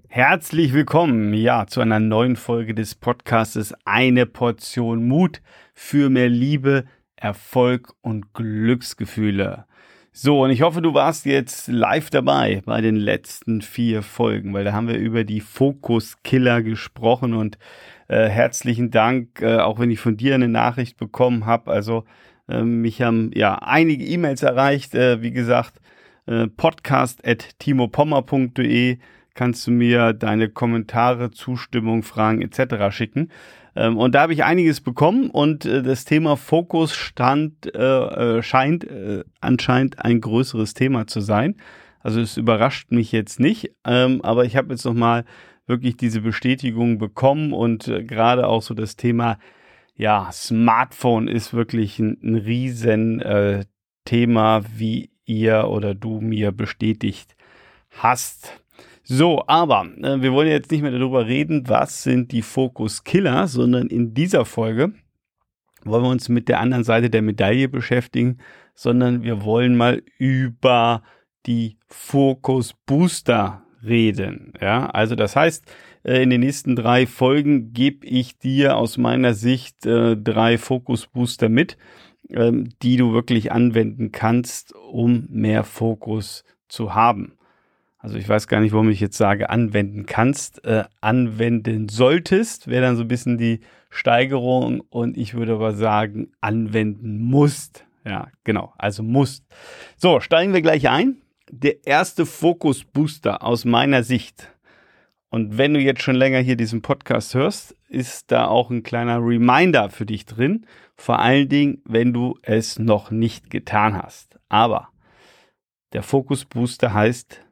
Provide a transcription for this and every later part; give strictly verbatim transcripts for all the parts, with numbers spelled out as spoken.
Herzlich willkommen, ja, zu einer neuen Folge des Podcastes Eine Portion Mut für mehr Liebe, Erfolg und Glücksgefühle. So, und ich hoffe, du warst jetzt live dabei bei den letzten vier Folgen, weil da haben wir über die Fokuskiller gesprochen und äh, herzlichen Dank, äh, auch wenn ich von dir eine Nachricht bekommen habe. Also äh, mich haben ja einige E-Mails erreicht, äh, wie gesagt, äh, podcast at timopommer punkt de kannst du mir deine Kommentare, Zustimmung, Fragen et cetera schicken. Ähm, und da habe ich einiges bekommen und äh, das Thema Fokus stand, äh, scheint äh, anscheinend ein größeres Thema zu sein. Also es überrascht mich jetzt nicht, ähm, aber ich habe jetzt nochmal wirklich diese Bestätigung bekommen und äh, gerade auch so das Thema, ja, Smartphone ist wirklich ein, ein riesen äh, Thema, wie ihr oder du mir bestätigt hast. So, aber äh, wir wollen jetzt nicht mehr darüber reden, was sind die Fokuskiller, sondern in dieser Folge wollen wir uns mit der anderen Seite der Medaille beschäftigen, sondern wir wollen mal über die Fokusbooster reden. Ja, also das heißt, äh, in den nächsten drei Folgen gebe ich dir aus meiner Sicht äh, drei Fokusbooster mit, äh, die du wirklich anwenden kannst, um mehr Fokus zu haben. Also ich weiß gar nicht, warum ich jetzt sage, anwenden kannst, äh, anwenden solltest, wäre dann so ein bisschen die Steigerung und ich würde aber sagen, anwenden musst. Ja, genau, also musst. So, steigen wir gleich ein. Der erste Fokus-Booster aus meiner Sicht. Und wenn du jetzt schon länger hier diesen Podcast hörst, ist da auch ein kleiner Reminder für dich drin. Vor allen Dingen, wenn du es noch nicht getan hast. Aber der Fokus-Booster heißt,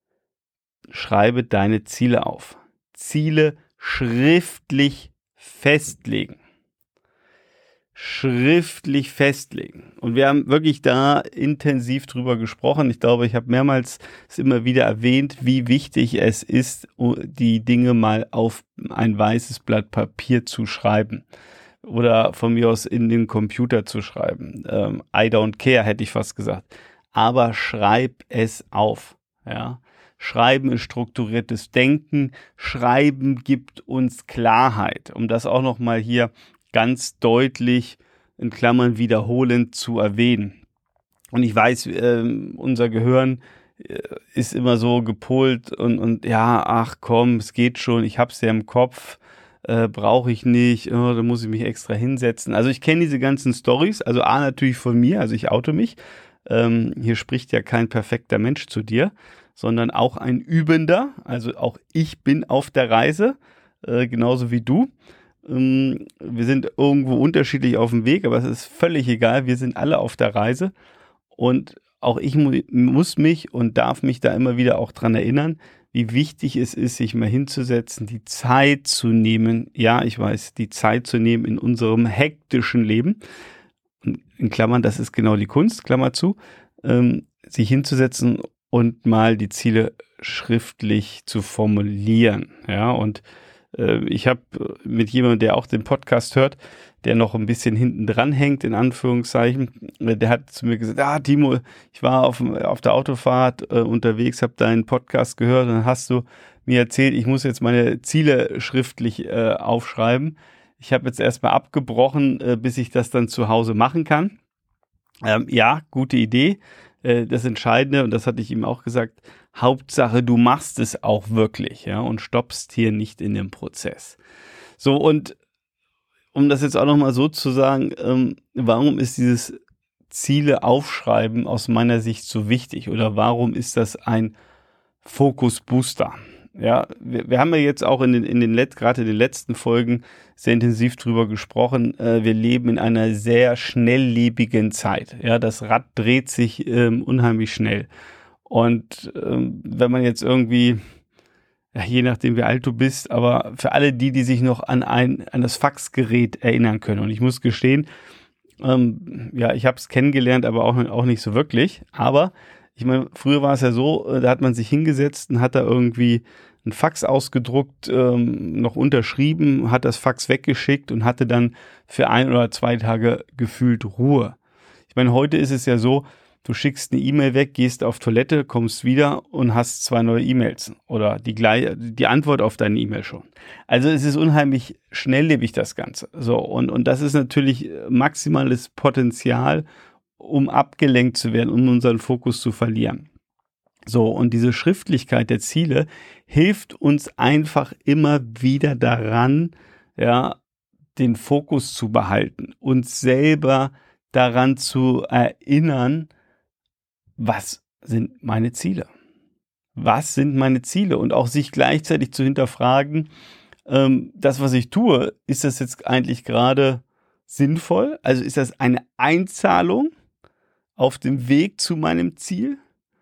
schreibe deine Ziele auf. Ziele schriftlich festlegen. Schriftlich festlegen. Und wir haben wirklich da intensiv drüber gesprochen. Ich glaube, ich habe mehrmals es immer wieder erwähnt, wie wichtig es ist, die Dinge mal auf ein weißes Blatt Papier zu schreiben. Oder von mir aus in den Computer zu schreiben. Ähm, I don't care, hätte ich fast gesagt. Aber schreib es auf. Ja. Schreiben ist strukturiertes Denken. Schreiben gibt uns Klarheit. Um das auch nochmal hier ganz deutlich in Klammern wiederholend zu erwähnen. Und ich weiß, äh, unser Gehirn äh, ist immer so gepolt und, und ja, ach komm, es geht schon, ich hab's ja im Kopf, äh, brauche ich nicht, oh, da muss ich mich extra hinsetzen. Also ich kenne diese ganzen Storys, also A natürlich von mir, also ich oute mich. Ähm, hier spricht ja kein perfekter Mensch zu dir, sondern auch ein Übender. Also auch ich bin auf der Reise, äh, genauso wie du. Ähm, wir sind irgendwo unterschiedlich auf dem Weg, aber es ist völlig egal. Wir sind alle auf der Reise und auch ich mu- muss mich und darf mich da immer wieder auch dran erinnern, wie wichtig es ist, sich mal hinzusetzen, die Zeit zu nehmen. Ja, ich weiß, die Zeit zu nehmen in unserem hektischen Leben. In Klammern, das ist genau die Kunst, Klammer zu, ähm, sich hinzusetzen und mal die Ziele schriftlich zu formulieren. Ja, und äh, ich habe mit jemandem, der auch den Podcast hört, der noch ein bisschen hinten dran hängt, in Anführungszeichen, der hat zu mir gesagt, ah, Timo, ich war auf, auf der Autofahrt äh, unterwegs, habe deinen Podcast gehört und dann hast du mir erzählt, ich muss jetzt meine Ziele schriftlich äh, aufschreiben. Ich habe jetzt erstmal abgebrochen, äh, bis ich das dann zu Hause machen kann. Ähm, ja, gute Idee. Äh, das Entscheidende, und das hatte ich ihm auch gesagt, Hauptsache, du machst es auch wirklich, ja, und stoppst hier nicht in dem Prozess. So, und um das jetzt auch nochmal so zu sagen, ähm, warum ist dieses Ziele aufschreiben aus meiner Sicht so wichtig oder warum ist das ein Fokus-Booster? Ja, wir, wir haben ja jetzt auch in den, in den Let- gerade in den letzten Folgen sehr intensiv drüber gesprochen. Äh, wir leben in einer sehr schnelllebigen Zeit. Ja, das Rad dreht sich ähm, unheimlich schnell. Und ähm, wenn man jetzt irgendwie, ja, je nachdem wie alt du bist, aber für alle die, die sich noch an ein an das Faxgerät erinnern können. Und ich muss gestehen, ähm, ja, ich habe es kennengelernt, aber auch, auch nicht so wirklich. Aber ich meine, früher war es ja so, da hat man sich hingesetzt und hat da irgendwie ein Fax ausgedruckt, ähm, noch unterschrieben, hat das Fax weggeschickt und hatte dann für ein oder zwei Tage gefühlt Ruhe. Ich meine, heute ist es ja so, du schickst eine E-Mail weg, gehst auf Toilette, kommst wieder und hast zwei neue E-Mails oder die, gleiche, die Antwort auf deine E-Mail schon. Also es ist unheimlich schnelllebig, das Ganze. So, und, und das ist natürlich maximales Potenzial, um abgelenkt zu werden, um unseren Fokus zu verlieren. So, und diese Schriftlichkeit der Ziele hilft uns einfach immer wieder daran, ja, den Fokus zu behalten, uns selber daran zu erinnern, was sind meine Ziele? Was sind meine Ziele? Und auch sich gleichzeitig zu hinterfragen, ähm, das, was ich tue, ist das jetzt eigentlich gerade sinnvoll? Also ist das eine Einzahlung auf dem Weg zu meinem Ziel?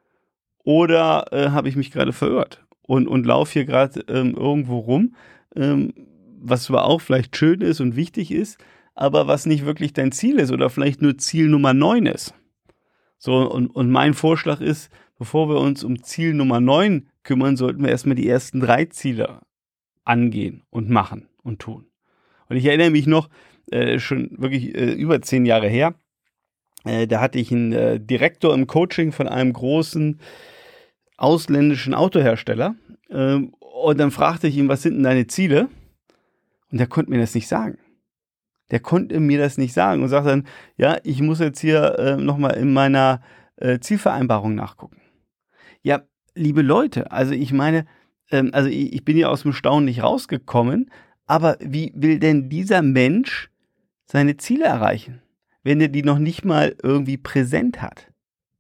Oder äh, habe ich mich gerade verirrt und, und laufe hier gerade ähm, irgendwo rum, ähm, was zwar auch vielleicht schön ist und wichtig ist, aber was nicht wirklich dein Ziel ist oder vielleicht nur Ziel Nummer neun ist. So, und, und mein Vorschlag ist, bevor wir uns um Ziel Nummer neun kümmern, sollten wir erstmal die ersten drei Ziele angehen und machen und tun. Und ich erinnere mich noch, äh, schon wirklich äh, über zehn Jahre her, äh, da hatte ich einen äh, Direktor im Coaching von einem großen ausländischen Autohersteller ähm, und dann fragte ich ihn, was sind denn deine Ziele? Und der konnte mir das nicht sagen. Der konnte mir das nicht sagen und sagt dann, ja, ich muss jetzt hier äh, nochmal in meiner äh, Zielvereinbarung nachgucken. Ja, liebe Leute, also ich meine, ähm, also ich, ich bin ja aus dem Staunen nicht rausgekommen, aber wie will denn dieser Mensch seine Ziele erreichen, wenn er die noch nicht mal irgendwie präsent hat?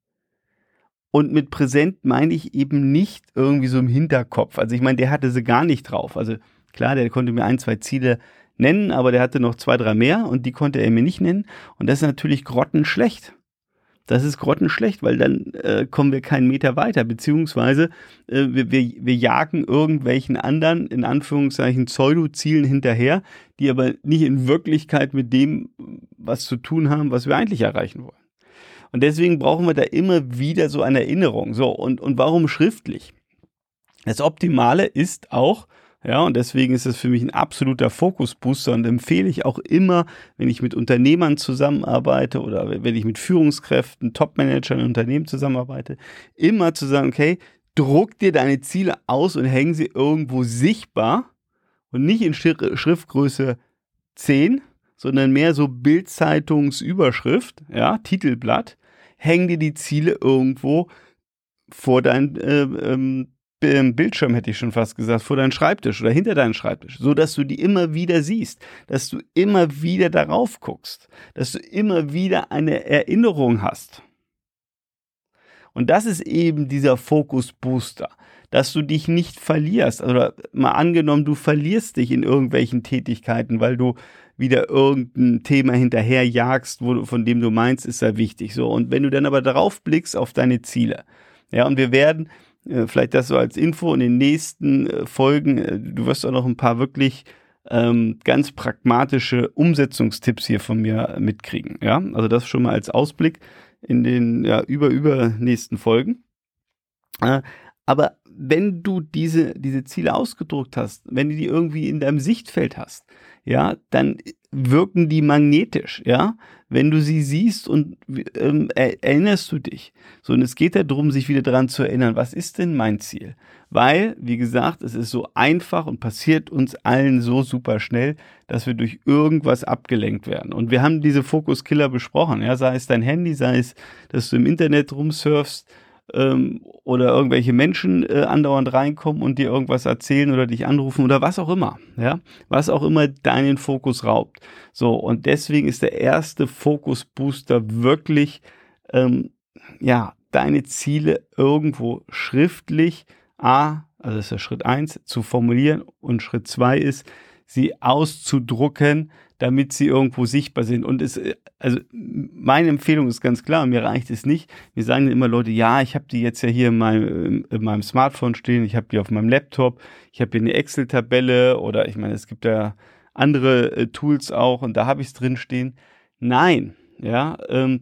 Und mit präsent meine ich eben nicht irgendwie so im Hinterkopf. Also ich meine, der hatte sie gar nicht drauf. Also klar, der konnte mir ein, zwei Ziele nennen, aber der hatte noch zwei, drei mehr und die konnte er mir nicht nennen. Und das ist natürlich grottenschlecht. Das ist grottenschlecht, weil dann äh, kommen wir keinen Meter weiter, beziehungsweise äh, wir, wir, wir jagen irgendwelchen anderen, in Anführungszeichen, Pseudo-Zielen hinterher, die aber nicht in Wirklichkeit mit dem was zu tun haben, was wir eigentlich erreichen wollen. Und deswegen brauchen wir da immer wieder so eine Erinnerung. So, und, und warum schriftlich? Das Optimale ist auch, ja, und deswegen ist es für mich ein absoluter Fokusbooster und empfehle ich auch immer, wenn ich mit Unternehmern zusammenarbeite oder wenn ich mit Führungskräften, Topmanagern in Unternehmen zusammenarbeite, immer zu sagen, okay, druck dir deine Ziele aus und häng sie irgendwo sichtbar und nicht in Schriftgröße zehn, sondern mehr so Bildzeitungsüberschrift, ja, Titelblatt, häng dir die Ziele irgendwo vor dein äh, ähm, Bildschirm, hätte ich schon fast gesagt, vor deinen Schreibtisch oder hinter deinen Schreibtisch, so dass du die immer wieder siehst, dass du immer wieder darauf guckst, dass du immer wieder eine Erinnerung hast. Und das ist eben dieser Fokus-Booster, dass du dich nicht verlierst. Oder mal angenommen, du verlierst dich in irgendwelchen Tätigkeiten, weil du wieder irgendein Thema hinterherjagst, wo du, von dem du meinst, ist ja wichtig. So, und wenn du dann aber darauf blickst auf deine Ziele, ja, und wir werden vielleicht das so als Info in den nächsten äh, Folgen. Äh, du wirst auch noch ein paar wirklich ähm, ganz pragmatische Umsetzungstipps hier von mir mitkriegen. Ja, also das schon mal als Ausblick in den ja, über über nächsten Folgen. Äh, aber wenn du diese diese Ziele ausgedruckt hast, wenn du die irgendwie in deinem Sichtfeld hast, ja, dann wirken die magnetisch, ja. Wenn du sie siehst und ähm, erinnerst du dich. So, und es geht darum, sich wieder daran zu erinnern, was ist denn mein Ziel? Weil, wie gesagt, es ist so einfach und passiert uns allen so super schnell, dass wir durch irgendwas abgelenkt werden. Und wir haben diese Fokuskiller besprochen, ja, sei es dein Handy, sei es, dass du im Internet rumsurfst, ähm, oder irgendwelche Menschen äh, andauernd reinkommen und dir irgendwas erzählen oder dich anrufen oder was auch immer, ja, was auch immer deinen Fokus raubt. So, und deswegen ist der erste Fokusbooster wirklich, ähm, ja, deine Ziele irgendwo schriftlich, A, also das ist der Schritt eins, zu formulieren und Schritt zwei ist, sie auszudrucken, damit sie irgendwo sichtbar sind. Und es, also meine Empfehlung ist ganz klar, mir reicht es nicht. Mir sagen dann immer Leute, ja, ich habe die jetzt ja hier in meinem, in meinem Smartphone stehen, ich habe die auf meinem Laptop, ich habe hier eine Excel-Tabelle oder ich meine, es gibt ja andere äh, Tools auch und da habe ich es drin stehen. Nein, ja, ähm,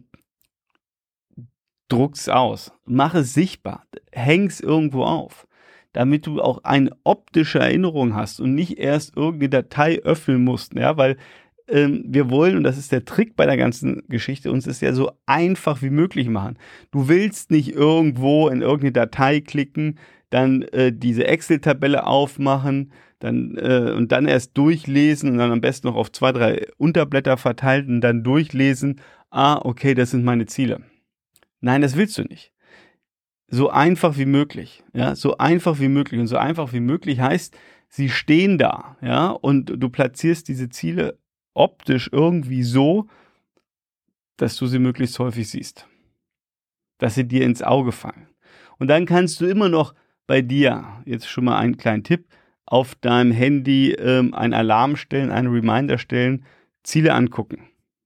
druck's aus, mach es sichtbar, häng's irgendwo auf, damit du auch eine optische Erinnerung hast und nicht erst irgendeine Datei öffnen musst, ja, weil ähm, wir wollen, und das ist der Trick bei der ganzen Geschichte, uns es ja so einfach wie möglich machen. Du willst nicht irgendwo in irgendeine Datei klicken, dann äh, diese Excel-Tabelle aufmachen, dann äh, und dann erst durchlesen und dann am besten noch auf zwei, drei Unterblätter verteilt und dann durchlesen, ah, okay, das sind meine Ziele. Nein, das willst du nicht. So einfach wie möglich, ja, so einfach wie möglich. Und so einfach wie möglich heißt, sie stehen da, ja, und du platzierst diese Ziele optisch irgendwie so, dass du sie möglichst häufig siehst. Dass sie dir ins Auge fallen. Und dann kannst du immer noch bei dir, jetzt schon mal einen kleinen Tipp, auf deinem Handy ähm, einen Alarm stellen, einen Reminder stellen, Ziele angucken.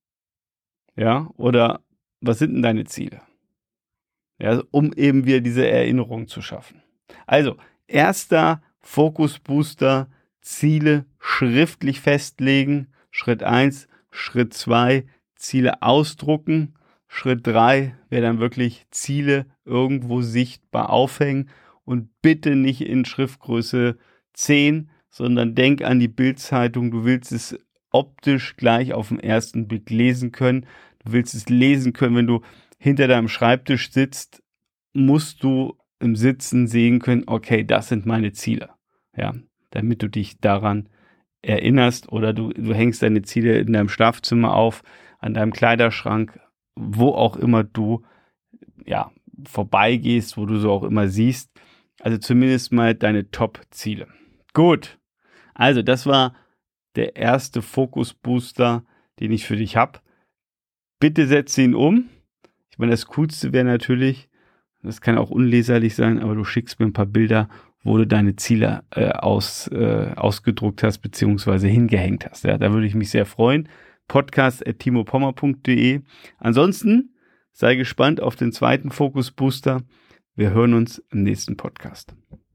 Ja, oder was sind denn deine Ziele? Ja, um eben wieder diese Erinnerung zu schaffen. Also, erster Fokus-Booster, Ziele schriftlich festlegen. Schritt eins, Schritt zwei, Ziele ausdrucken. Schritt drei wäre dann wirklich Ziele irgendwo sichtbar aufhängen und bitte nicht in Schriftgröße zehn, sondern denk an die Bild-Zeitung. Du willst es optisch gleich auf dem ersten Blick lesen können. Du willst es lesen können, wenn du hinter deinem Schreibtisch sitzt, musst du im Sitzen sehen können, okay, das sind meine Ziele. Ja, damit du dich daran erinnerst oder du, du hängst deine Ziele in deinem Schlafzimmer auf, an deinem Kleiderschrank, wo auch immer du ja vorbeigehst, wo du so auch immer siehst. Also zumindest mal deine Top-Ziele. Gut, also das war der erste Fokus-Booster, den ich für dich habe. Bitte setze ihn um. Ich meine, das Coolste wäre natürlich, das kann auch unleserlich sein, aber du schickst mir ein paar Bilder, wo du deine Ziele äh, aus, äh, ausgedruckt hast beziehungsweise hingehängt hast. Ja, da würde ich mich sehr freuen. podcast at timopommer punkt de. Ansonsten sei gespannt auf den zweiten Fokus Booster. Wir hören uns im nächsten Podcast.